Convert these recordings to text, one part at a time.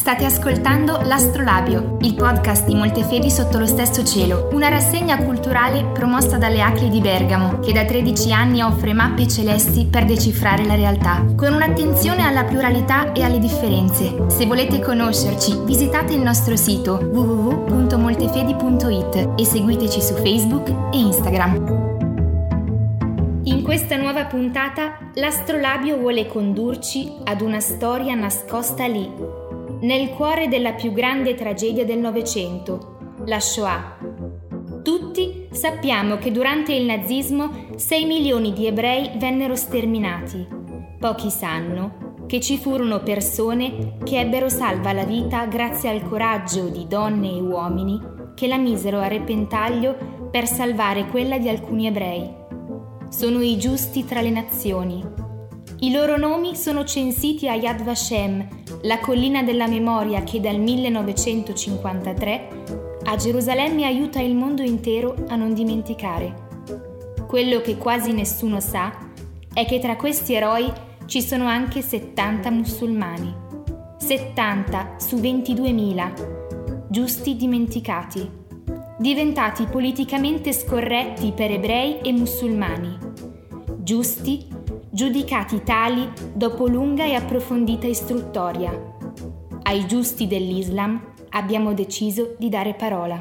State ascoltando L'Astrolabio, il podcast di Molte Fedi sotto lo stesso cielo, una rassegna culturale promossa dalle ACLI di Bergamo, che da 13 anni offre mappe celesti per decifrare la realtà, con un'attenzione alla pluralità e alle differenze. Se volete conoscerci, visitate il nostro sito www.moltefedi.it e seguiteci su Facebook e Instagram. In questa nuova puntata, l'Astrolabio vuole condurci ad una storia nascosta lì, nel cuore della più grande tragedia del Novecento, la Shoah. Tutti sappiamo che durante il nazismo 6 milioni di ebrei vennero sterminati. Pochi sanno che ci furono persone che ebbero salva la vita grazie al coraggio di donne e uomini che la misero a repentaglio per salvare quella di alcuni ebrei. Sono i giusti tra le nazioni. I loro nomi sono censiti a Yad Vashem, la collina della memoria che dal 1953 a Gerusalemme aiuta il mondo intero a non dimenticare. Quello che quasi nessuno sa è che tra questi eroi ci sono anche 70 musulmani. 70 su 22.000, giusti dimenticati. Diventati politicamente scorretti per ebrei e musulmani, giusti, giudicati tali dopo lunga e approfondita istruttoria. Ai giusti dell'Islam abbiamo deciso di dare parola.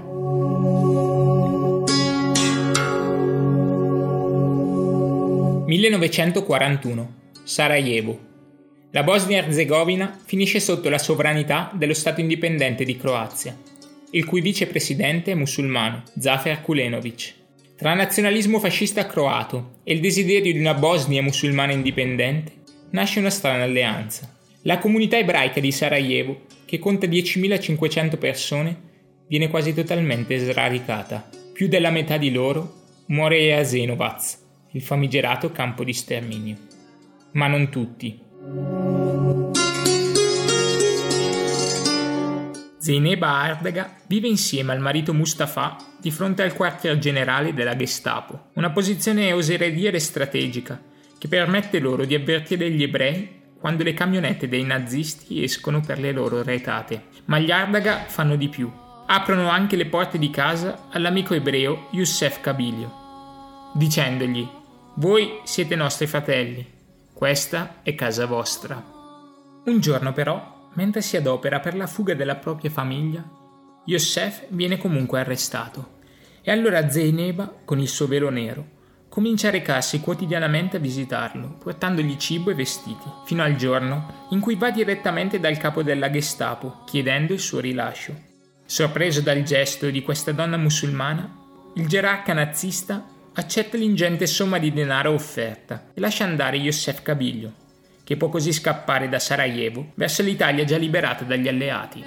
«1941. Sarajevo. La Bosnia-Erzegovina finisce sotto la sovranità dello Stato indipendente di Croazia, il cui vicepresidente è musulmano, Zafer Kulenović. Tra nazionalismo fascista croato e il desiderio di una Bosnia musulmana indipendente, nasce una strana alleanza. La comunità ebraica di Sarajevo, che conta 10.500 persone, viene quasi totalmente sradicata. Più della metà di loro muore a Jasenovac, il famigerato campo di sterminio. Ma non tutti. Zeynep Ardaga vive insieme al marito Mustafa di fronte al quartier generale della Gestapo, una posizione oserei dire strategica che permette loro di avvertire gli ebrei quando le camionette dei nazisti escono per le loro retate. Ma gli Ardaga fanno di più. Aprono anche le porte di casa all'amico ebreo Youssef Kabilio, dicendogli: «Voi siete nostri fratelli, questa è casa vostra». Un giorno però, mentre si adopera per la fuga della propria famiglia, Youssef viene comunque arrestato. E allora Zeynep, con il suo velo nero, comincia a recarsi quotidianamente a visitarlo, portandogli cibo e vestiti, fino al giorno in cui va direttamente dal capo della Gestapo, chiedendo il suo rilascio. Sorpreso dal gesto di questa donna musulmana, il gerarca nazista accetta l'ingente somma di denaro offerta e lascia andare Youssef Kabilio, che può così scappare da Sarajevo verso l'Italia già liberata dagli alleati.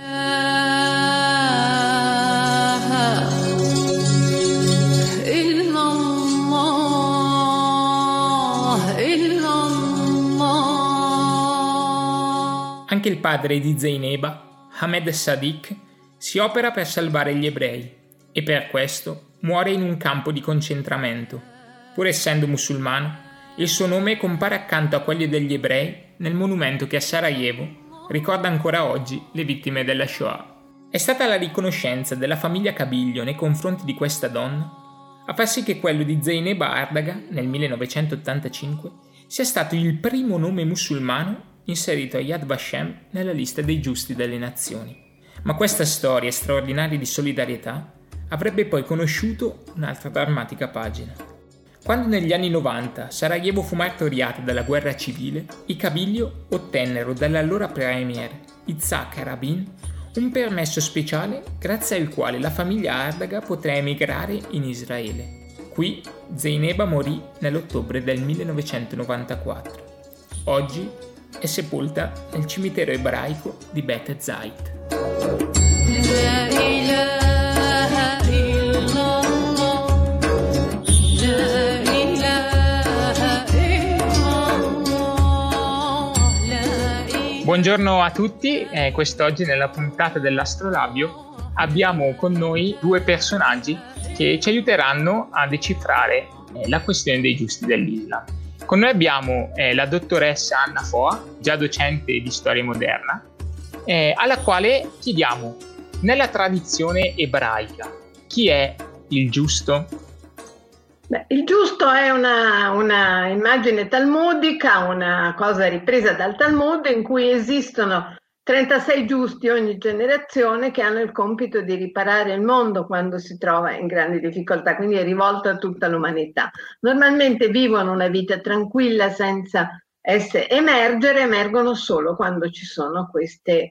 Anche il padre di Zeynep, Ahmed Sadiq, si opera per salvare gli ebrei e per questo muore in un campo di concentramento. Pur essendo musulmano, il suo nome compare accanto a quelli degli ebrei nel monumento che a Sarajevo ricorda ancora oggi le vittime della Shoah. È stata la riconoscenza della famiglia Kabilio nei confronti di questa donna a far sì che quello di Zeynep Ardaga nel 1985 sia stato il primo nome musulmano inserito a Yad Vashem nella lista dei giusti delle nazioni. Ma questa storia straordinaria di solidarietà avrebbe poi conosciuto un'altra drammatica pagina. Quando negli anni 90 Sarajevo fu martoriata dalla guerra civile, i Kabilio ottennero dall'allora premier Yitzhak Rabin un permesso speciale grazie al quale la famiglia Ardaga poté emigrare in Israele. Qui Zeynep morì nell'ottobre del 1994. Oggi è sepolta nel cimitero ebraico di Bet Zait. Buongiorno a tutti, quest'oggi nella puntata dell'Astrolabio abbiamo con noi due personaggi che ci aiuteranno a decifrare la questione dei giusti dell'Islam. Con noi abbiamo la dottoressa Anna Foa, già docente di storia moderna, alla quale chiediamo: nella tradizione ebraica, chi è il giusto? Beh, il giusto è una immagine talmudica, una cosa ripresa dal Talmud, in cui esistono 36 giusti ogni generazione che hanno il compito di riparare il mondo quando si trova in grandi difficoltà, quindi è rivolto a tutta l'umanità. Normalmente vivono una vita tranquilla senza emergono solo quando ci sono questi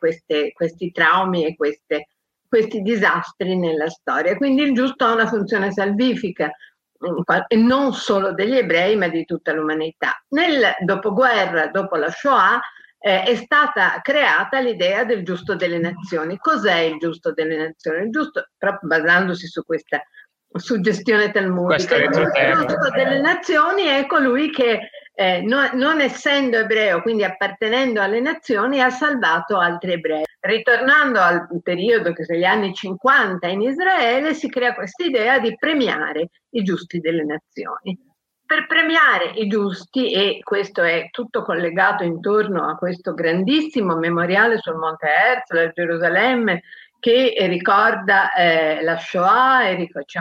traumi e questi disastri nella storia. Quindi il giusto ha una funzione salvifica, e non solo degli ebrei ma di tutta l'umanità. Nel dopoguerra, dopo la Shoah, è stata creata l'idea del giusto delle nazioni. Cos'è il giusto delle nazioni? Il giusto, proprio basandosi su questa suggestione talmudica, il giusto delle nazioni è colui che non essendo ebreo, quindi appartenendo alle nazioni, ha salvato altri ebrei. Ritornando al periodo che sono gli anni 50 in Israele, si crea questa idea di premiare i giusti delle nazioni. Per premiare i giusti, e questo è tutto collegato intorno a questo grandissimo memoriale sul Monte Herzl a Gerusalemme, che ricorda la Shoah,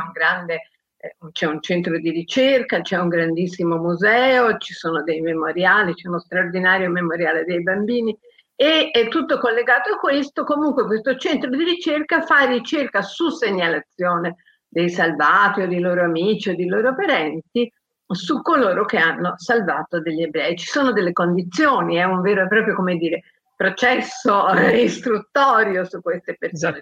c'è un centro di ricerca, c'è un grandissimo museo, ci sono dei memoriali, c'è uno straordinario memoriale dei bambini, e è tutto collegato a questo. Comunque questo centro di ricerca fa ricerca su segnalazione dei salvati o dei loro amici o dei loro parenti su coloro che hanno salvato degli ebrei. Ci sono delle condizioni, è un vero e proprio, come dire, processo istruttorio su queste persone,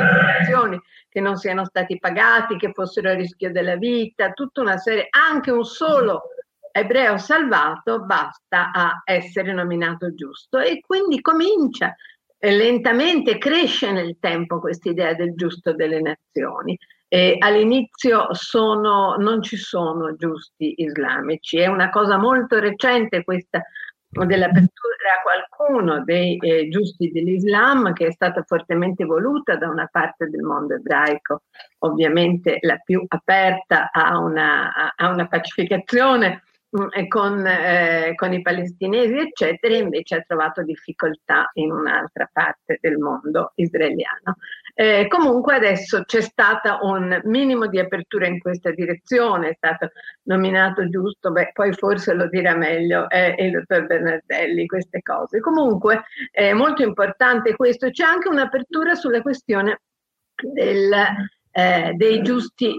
che non siano stati pagati, che fossero a rischio della vita, tutta una serie, anche un solo ebreo salvato basta a essere nominato giusto, e quindi comincia lentamente, cresce nel tempo questa idea del giusto delle nazioni. All'inizio non ci sono giusti islamici, è una cosa molto recente questa dell'apertura a qualcuno dei giusti dell'Islam, che è stata fortemente voluta da una parte del mondo ebraico, ovviamente la più aperta a una pacificazione con i palestinesi eccetera, invece ha trovato difficoltà in un'altra parte del mondo israeliano. Comunque adesso c'è stata un minimo di apertura in questa direzione, è stato nominato giusto, poi forse lo dirà meglio il dottor Bernardelli queste cose. Comunque è molto importante questo. C'è anche un'apertura sulla questione dei giusti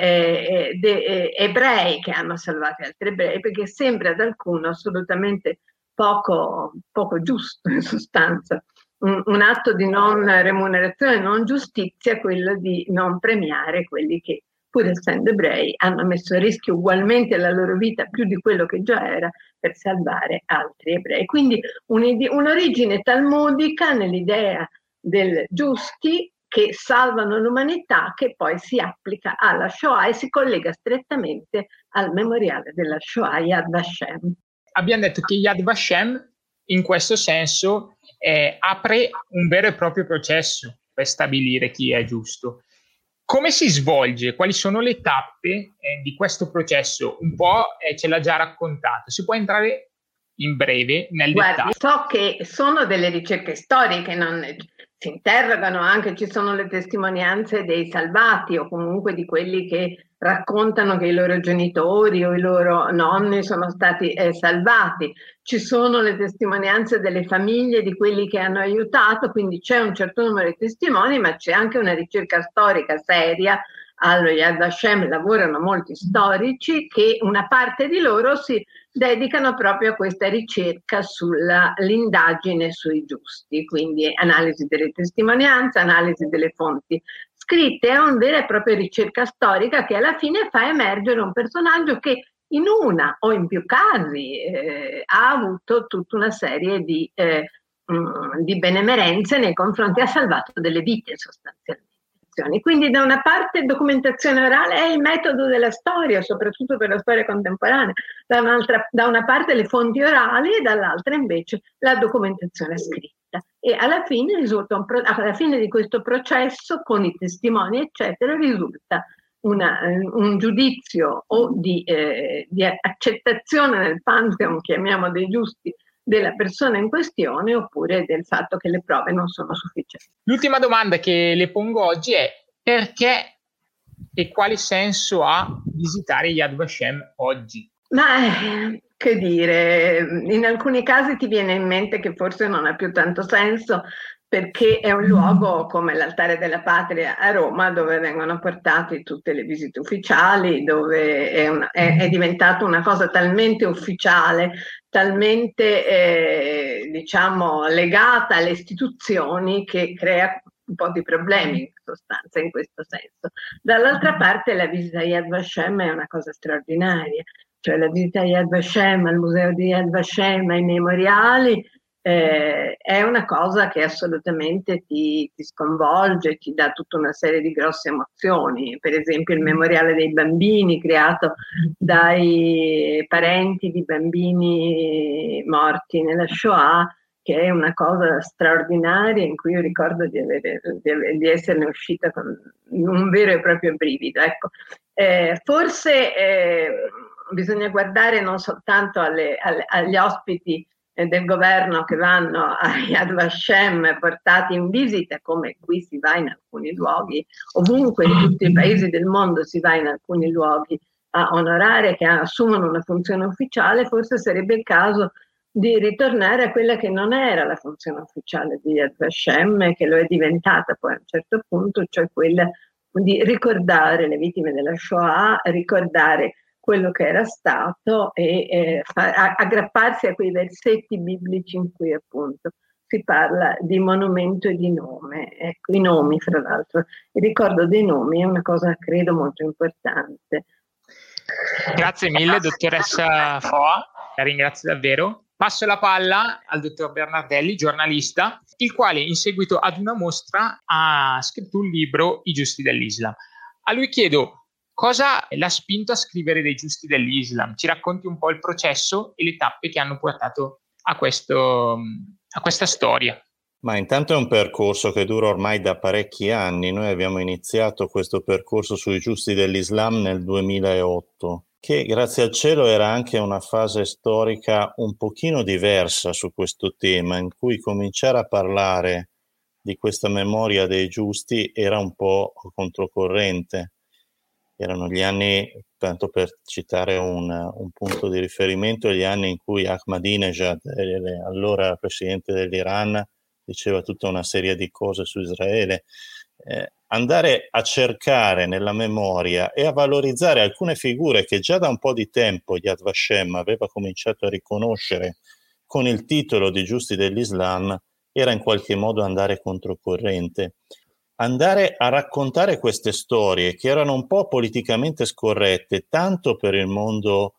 ebrei che hanno salvato altri ebrei, perché sembra ad alcuno assolutamente poco giusto, in sostanza, un atto di non remunerazione, non giustizia, quello di non premiare quelli che, pur essendo ebrei, hanno messo a rischio ugualmente la loro vita, più di quello che già era, per salvare altri ebrei. Quindi un'origine talmudica nell'idea del giusti che salvano l'umanità, che poi si applica alla Shoah e si collega strettamente al memoriale della Shoah, Yad Vashem. Abbiamo detto che Yad Vashem in questo senso apre un vero e proprio processo per stabilire chi è giusto. Come si svolge? Quali sono le tappe di questo processo? Un po' ce l'ha già raccontato. Si può entrare in breve nel dettaglio? So che sono delle ricerche storiche, si interrogano anche, ci sono le testimonianze dei salvati o comunque di quelli che raccontano che i loro genitori o i loro nonni sono stati salvati, ci sono le testimonianze delle famiglie di quelli che hanno aiutato, quindi c'è un certo numero di testimoni, ma c'è anche una ricerca storica seria. Allo Yad Vashem lavorano molti storici che una parte di loro si dedicano proprio a questa ricerca sull'indagine sui giusti, quindi analisi delle testimonianze, analisi delle fonti scritte. È una vera e propria ricerca storica che alla fine fa emergere un personaggio che in una o in più casi ha avuto tutta una serie di benemerenze nei confronti, ha salvato delle vite sostanzialmente. Quindi da una parte documentazione orale è il metodo della storia, soprattutto per la storia contemporanea, da una parte le fonti orali e dall'altra invece la documentazione scritta. E alla fine alla fine di questo processo, con i testimoni eccetera, risulta un giudizio o di accettazione nel pantheon, chiamiamo, dei giusti della persona in questione oppure del fatto che le prove non sono sufficienti. L'ultima domanda che le pongo oggi è: perché e quale senso ha visitare Yad Vashem oggi? Ma che dire, in alcuni casi ti viene in mente che forse non ha più tanto senso, perché è un luogo come l'Altare della Patria a Roma, dove vengono portate tutte le visite ufficiali, dove è diventata una cosa talmente ufficiale, talmente diciamo legata alle istituzioni, che crea un po' di problemi in sostanza, in questo senso. Dall'altra parte la visita a Yad Vashem è una cosa straordinaria, cioè la visita a Yad Vashem, al museo di Yad Vashem, ai memoriali, è una cosa che assolutamente ti sconvolge, ti dà tutta una serie di grosse emozioni. Per esempio il memoriale dei bambini, creato dai parenti di bambini morti nella Shoah, che è una cosa straordinaria, in cui io ricordo di esserne uscita con un vero e proprio brivido. Ecco. Forse bisogna guardare non soltanto agli ospiti del governo che vanno a Yad Vashem portati in visita, come qui si va in alcuni luoghi, ovunque in tutti i paesi del mondo si va in alcuni luoghi a onorare, che assumono una funzione ufficiale. Forse sarebbe il caso di ritornare a quella che non era la funzione ufficiale di Yad Vashem, che lo è diventata poi a un certo punto, cioè quella di ricordare le vittime della Shoah, ricordare quello che era stato e aggrapparsi a quei versetti biblici in cui appunto si parla di monumento e di nome. Ecco, i nomi, fra l'altro. Il ricordo dei nomi è una cosa, credo, molto importante. Grazie mille, dottoressa Foa, la ringrazio davvero. Passo la palla al dottor Bernardelli, giornalista, il quale in seguito ad una mostra ha scritto un libro, I giusti dell'Islam. A lui chiedo: cosa l'ha spinto a scrivere dei giusti dell'Islam? Ci racconti un po' il processo e le tappe che hanno portato a questa storia. Ma intanto è un percorso che dura ormai da parecchi anni. Noi abbiamo iniziato questo percorso sui giusti dell'Islam nel 2008, che grazie al cielo era anche una fase storica un pochino diversa su questo tema, in cui cominciare a parlare di questa memoria dei giusti era un po' controcorrente. Erano gli anni, tanto per citare un punto di riferimento, gli anni in cui Ahmadinejad, allora presidente dell'Iran, diceva tutta una serie di cose su Israele. Andare a cercare nella memoria e a valorizzare alcune figure che già da un po' di tempo Yad Vashem aveva cominciato a riconoscere con il titolo di Giusti dell'Islam era in qualche modo andare controcorrente. Andare a raccontare queste storie che erano un po' politicamente scorrette, tanto per il mondo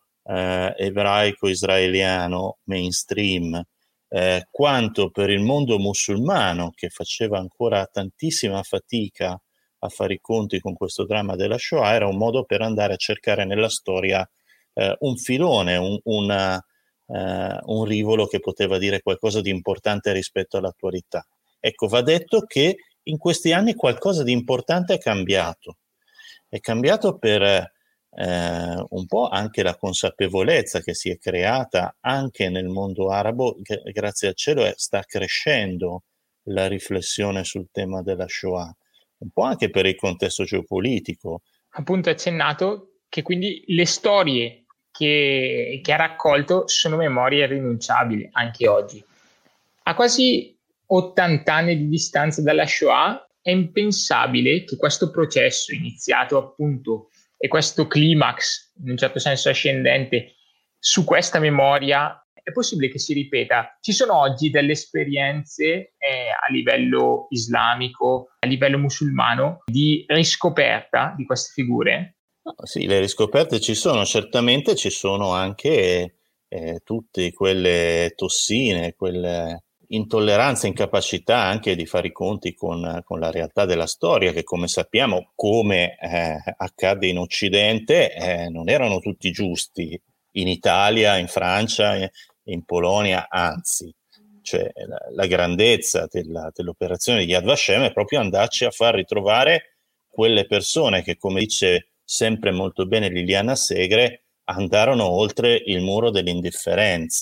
ebraico-israeliano mainstream, quanto per il mondo musulmano, che faceva ancora tantissima fatica a fare i conti con questo dramma della Shoah, era un modo per andare a cercare nella storia un filone, un rivolo che poteva dire qualcosa di importante rispetto all'attualità. Ecco, va detto che in questi anni qualcosa di importante è cambiato. È cambiato per un po' anche la consapevolezza che si è creata anche nel mondo arabo, che grazie al cielo sta crescendo la riflessione sul tema della Shoah, un po' anche per il contesto geopolitico. Appunto, accennato che quindi le storie che ha raccolto sono memorie irrinunciabili anche oggi. A quasi 80 anni di distanza dalla Shoah è impensabile che questo processo iniziato appunto e questo climax in un certo senso ascendente su questa memoria è possibile che si ripeta. Ci sono oggi delle esperienze a livello islamico, a livello musulmano, di riscoperta di queste figure? Sì, le riscoperte ci sono, certamente ci sono anche tutte quelle tossine, quelle intolleranza, incapacità anche di fare i conti con la realtà della storia, che come sappiamo, come accade in Occidente, non erano tutti giusti in Italia, in Francia, in Polonia, anzi, cioè la grandezza dell'operazione di Yad Vashem è proprio andarci a far ritrovare quelle persone che, come dice sempre molto bene Liliana Segre, andarono oltre il muro dell'indifferenza.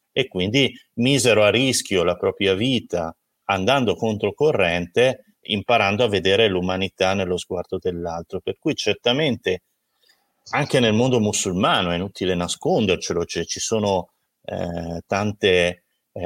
e quindi misero a rischio la propria vita andando controcorrente, imparando a vedere l'umanità nello sguardo dell'altro. Per cui certamente anche nel mondo musulmano, è inutile nascondercelo, cioè ci sono tante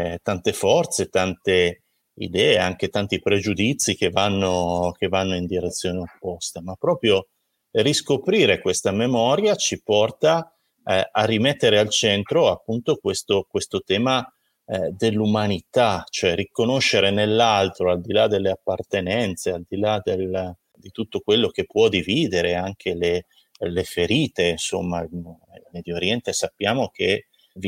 forze, tante idee, anche tanti pregiudizi che vanno in direzione opposta, ma proprio riscoprire questa memoria ci porta a rimettere al centro appunto questo tema dell'umanità, cioè riconoscere nell'altro, al di là delle appartenenze, al di là di tutto quello che può dividere, anche le ferite, insomma. Il Medio Oriente sappiamo che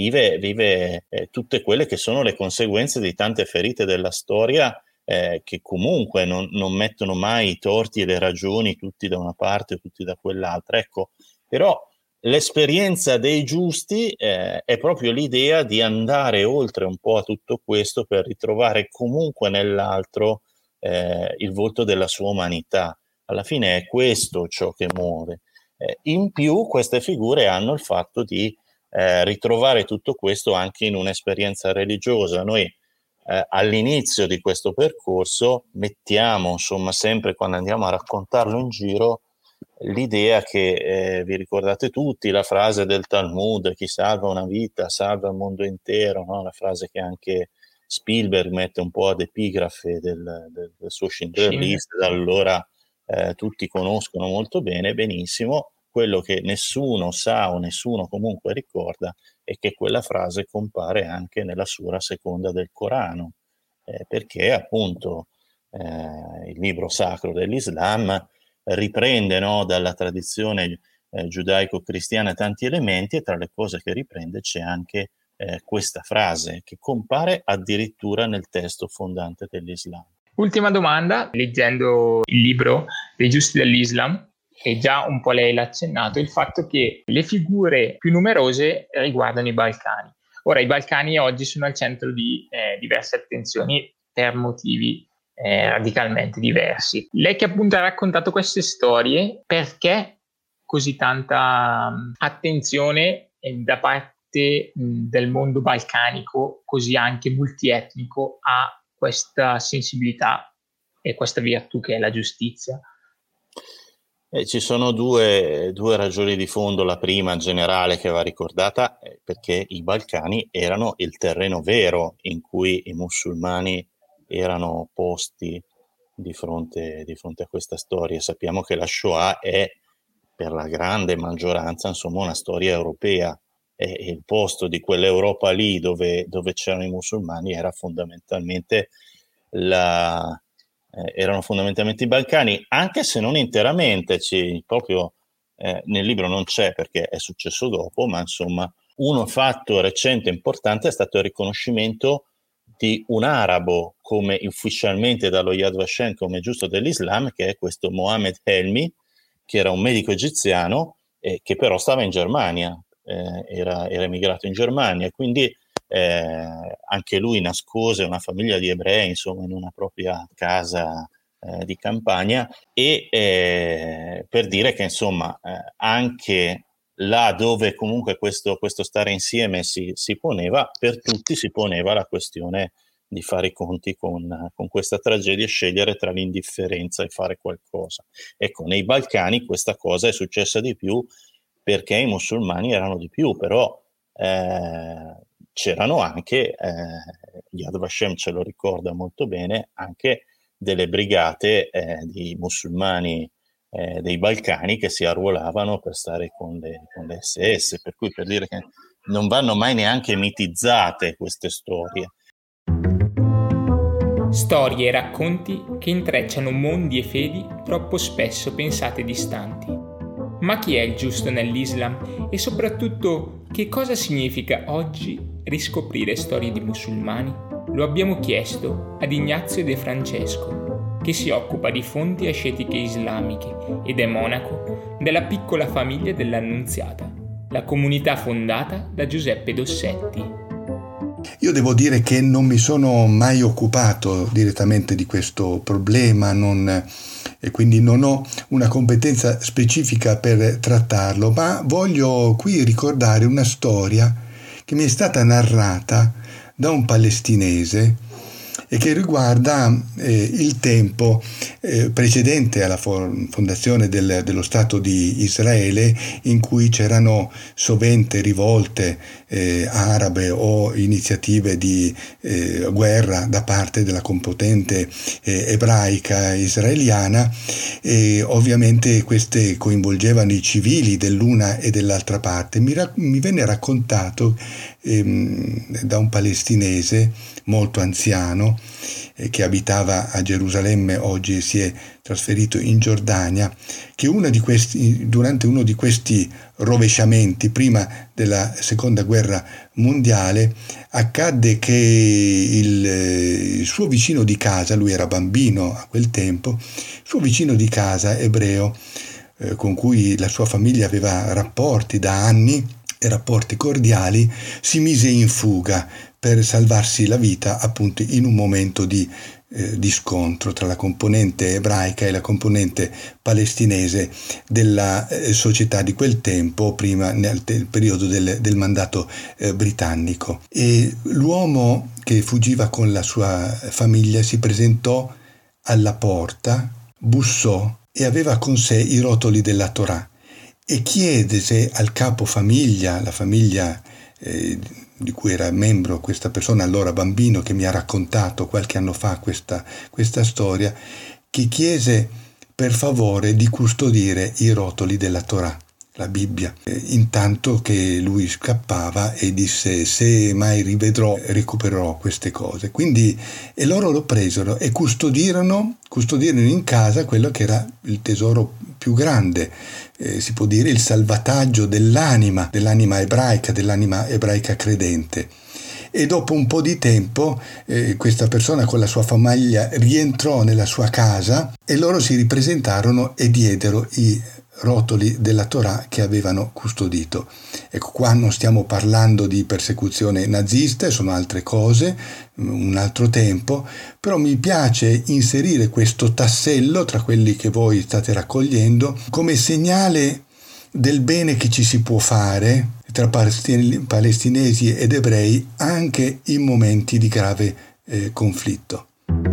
vive tutte quelle che sono le conseguenze di tante ferite della storia, che comunque non mettono mai i torti e le ragioni tutti da una parte o tutti da quell'altra. Ecco, però l'esperienza dei giusti è proprio l'idea di andare oltre un po' a tutto questo per ritrovare comunque nell'altro il volto della sua umanità. Alla fine è questo ciò che muove. In più queste figure hanno il fatto di ritrovare tutto questo anche in un'esperienza religiosa. Noi all'inizio di questo percorso mettiamo, insomma, sempre quando andiamo a raccontarlo in giro, l'idea che vi ricordate tutti, la frase del Talmud: chi salva una vita salva il mondo intero, no? La frase che anche Spielberg mette un po' ad epigrafe del suo Schindler List, da allora tutti conoscono molto bene, benissimo. Quello che nessuno sa o nessuno comunque ricorda è che quella frase compare anche nella sura seconda del Corano, perché appunto il libro sacro dell'Islam riprende, no, dalla tradizione giudaico-cristiana tanti elementi, e tra le cose che riprende c'è anche questa frase che compare addirittura nel testo fondante dell'Islam. Ultima domanda: leggendo il libro dei Giusti dell'Islam, e già un po' lei l'ha accennato, il fatto che le figure più numerose riguardano i Balcani. Ora, i Balcani oggi sono al centro di diverse attenzioni per motivi radicalmente diversi. Lei che appunto ha raccontato queste storie, perché così tanta attenzione da parte del mondo balcanico, così anche multietnico, a questa sensibilità e questa virtù che è la giustizia? Ci sono due ragioni di fondo. La prima, generale, che va ricordata, è perché i Balcani erano il terreno vero in cui i musulmani erano posti di fronte a questa storia. Sappiamo che la Shoah è, per la grande maggioranza, insomma, una storia europea, e il posto di quell'Europa lì dove c'erano i musulmani erano fondamentalmente i Balcani, anche se non interamente. Proprio nel libro non c'è perché è successo dopo, ma insomma uno fatto recente importante è stato il riconoscimento di un arabo come ufficialmente dallo Yad Vashem come giusto dell'Islam, che è questo Mohammed Helmi, che era un medico egiziano che però stava in Germania, era emigrato in Germania, quindi anche lui nascose una famiglia di ebrei, insomma, in una propria casa di campagna, e per dire che insomma anche là dove comunque questo stare insieme si poneva, per tutti si poneva la questione di fare i conti con questa tragedia e scegliere tra l'indifferenza e fare qualcosa. Ecco, nei Balcani questa cosa è successa di più perché i musulmani erano di più, però c'erano anche, Yad Vashem ce lo ricorda molto bene, anche delle brigate di musulmani dei Balcani che si arruolavano per stare con le SS, per cui, per dire che non vanno mai neanche mitizzate queste storie. Storie e racconti che intrecciano mondi e fedi troppo spesso pensate distanti. Ma chi è il giusto nell'Islam? E soprattutto, che cosa significa oggi riscoprire storie di musulmani? Lo abbiamo chiesto ad Ignazio De Francesco, che si occupa di fonti ascetiche islamiche ed è monaco della piccola famiglia dell'Annunziata, la comunità fondata da Giuseppe Dossetti. Io devo dire che non mi sono mai occupato direttamente di questo problema, e quindi non ho una competenza specifica per trattarlo, ma voglio qui ricordare una storia che mi è stata narrata da un palestinese e che riguarda il tempo precedente alla fondazione dello Stato di Israele, in cui c'erano sovente rivolte arabe o iniziative di guerra da parte della componente ebraica israeliana, e ovviamente queste coinvolgevano i civili dell'una e dell'altra parte. Mi venne raccontato da un palestinese molto anziano che abitava a Gerusalemme, oggi si è trasferito in Giordania, che durante uno di questi rovesciamenti prima della seconda guerra mondiale accadde che il suo vicino di casa, lui era bambino a quel tempo, il suo vicino di casa ebreo con cui la sua famiglia aveva rapporti da anni e rapporti cordiali, si mise in fuga per salvarsi la vita appunto in un momento di scontro tra la componente ebraica e la componente palestinese della società di quel tempo, prima nel periodo del mandato britannico. E l'uomo che fuggiva con la sua famiglia si presentò alla porta, bussò e aveva con sé i rotoli della Torah e chiese al capofamiglia, la famiglia di cui era membro questa persona, allora bambino, che mi ha raccontato qualche anno fa questa storia, che chiese per favore di custodire i rotoli della Torah, la Bibbia, intanto che lui scappava e disse: se mai rivedrò recupererò queste cose. Quindi e loro lo presero e custodirono in casa quello che era il tesoro più grande, si può dire il salvataggio dell'anima ebraica credente. E dopo un po' di tempo questa persona con la sua famiglia rientrò nella sua casa e loro si ripresentarono e diedero i rotoli della Torah che avevano custodito. Ecco, qua non stiamo parlando di persecuzione nazista, sono altre cose, un altro tempo, però mi piace inserire questo tassello tra quelli che voi state raccogliendo come segnale del bene che ci si può fare tra palestinesi ed ebrei anche in momenti di grave conflitto.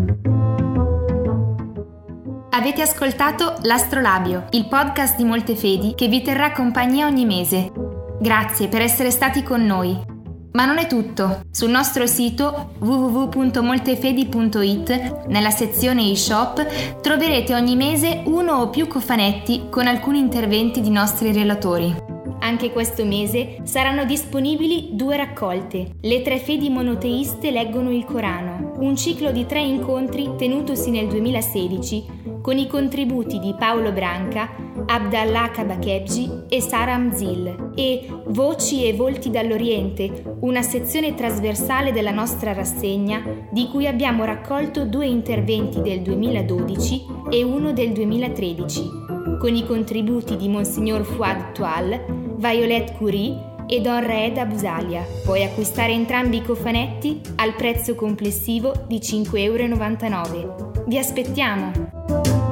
Avete ascoltato L'Astrolabio, il podcast di Moltefedi che vi terrà compagnia ogni mese. Grazie per essere stati con noi. Ma non è tutto. Sul nostro sito www.moltefedi.it, nella sezione e-shop, troverete ogni mese uno o più cofanetti con alcuni interventi di nostri relatori. Anche questo mese saranno disponibili 2 raccolte. Le 3 fedi monoteiste leggono il Corano, un ciclo di 3 incontri tenutosi nel 2016 con i contributi di Paolo Branca, Abdallah Kabakebji e Sara Amzil, e Voci e Volti dall'Oriente, una sezione trasversale della nostra rassegna di cui abbiamo raccolto 2 interventi del 2012 e uno del 2013, con i contributi di Monsignor Fouad Toual, Violet Curie e Don Raed Abusalia. Puoi acquistare entrambi i cofanetti al prezzo complessivo di €5,99. Vi aspettiamo!